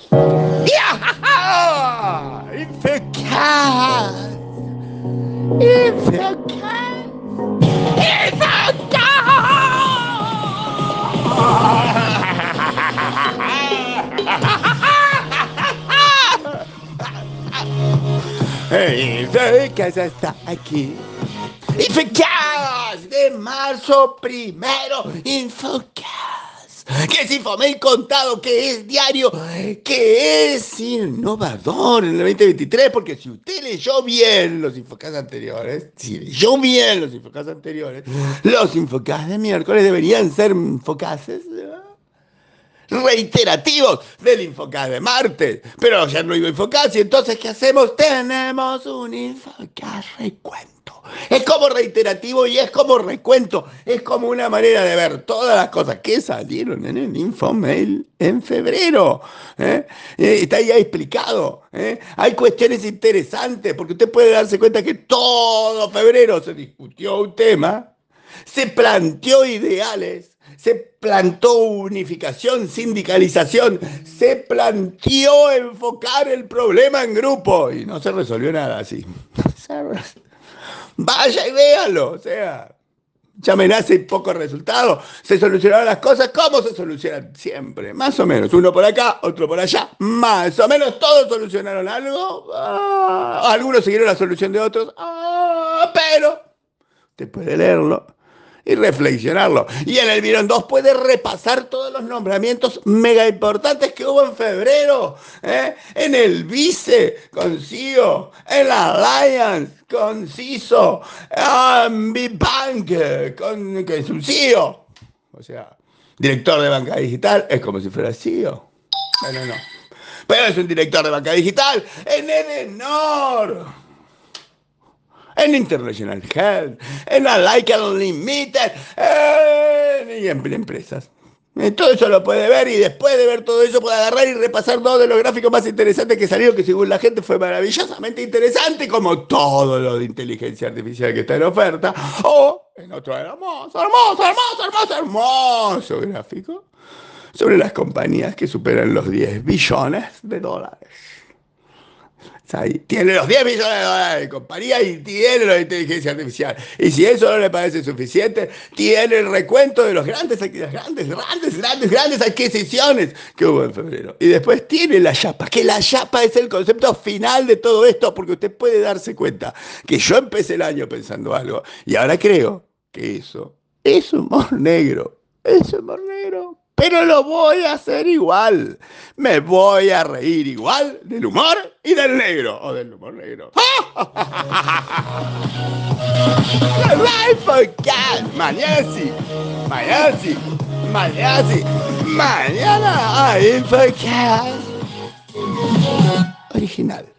¡Ya! ¡Infocast! ¡Infocast! Infocast está aquí. Infocast de marzo primero. Infocast, que es Infomail contado, que es diario, que es innovador en el 2023, porque si usted leyó bien los Infocasts anteriores, los Infocasts de miércoles deberían ser Infocasts reiterativos del Infocast de martes. Pero ayer no iba Infocast y entonces ¿qué hacemos? Tenemos un Infocast recuento. Es como reiterativo y es como recuento. Es como una manera de ver todas las cosas que salieron en el Infomail en febrero. Está ahí explicado. Hay cuestiones interesantes porque usted puede darse cuenta que todo febrero se discutió un tema, se planteó ideales, se plantó unificación, sindicalización, se planteó enfocar el problema en grupo y no se resolvió nada así. Vaya y véalo, o sea, ya amenaza y poco resultado. Se solucionaron las cosas como se solucionan siempre, más o menos. Uno por acá, otro por allá, más o menos todos solucionaron algo. Algunos siguieron la solución de otros, pero usted puede leerlo y reflexionarlo. Y en el Virón 2 puede repasar todos los nombramientos mega importantes que hubo en febrero. En el Vice, con CIO. En la Alliance, con CISO. En Bibank, que es un CIO. O sea, director de banca digital es como si fuera CIO. Bueno, no. Pero es un director de banca digital. En Edenor, en International Health, en Alike Unlimited, y en empresas. Todo eso lo puede ver y después de ver todo eso puede agarrar y repasar dos de los gráficos más interesantes que salieron, que según la gente fue maravillosamente interesante, como todo lo de inteligencia artificial que está en oferta, o en otro hermoso gráfico sobre las compañías que superan los 10 billones de dólares. O sea, tiene los 10 millones de dólares de compañía y tiene lo de inteligencia artificial. Y si eso no le parece suficiente, tiene el recuento de las grandes adquisiciones que hubo en febrero. Y después tiene la chapa, que la chapa es el concepto final de todo esto, porque usted puede darse cuenta que yo empecé el año pensando algo y ahora creo que eso es humor negro. Es humor negro. Pero lo voy a hacer igual. Me voy a reír igual del humor y del negro. O del humor negro. Mañana sí. Mañana sí. Mañana sí. Mañana hay Infocast original.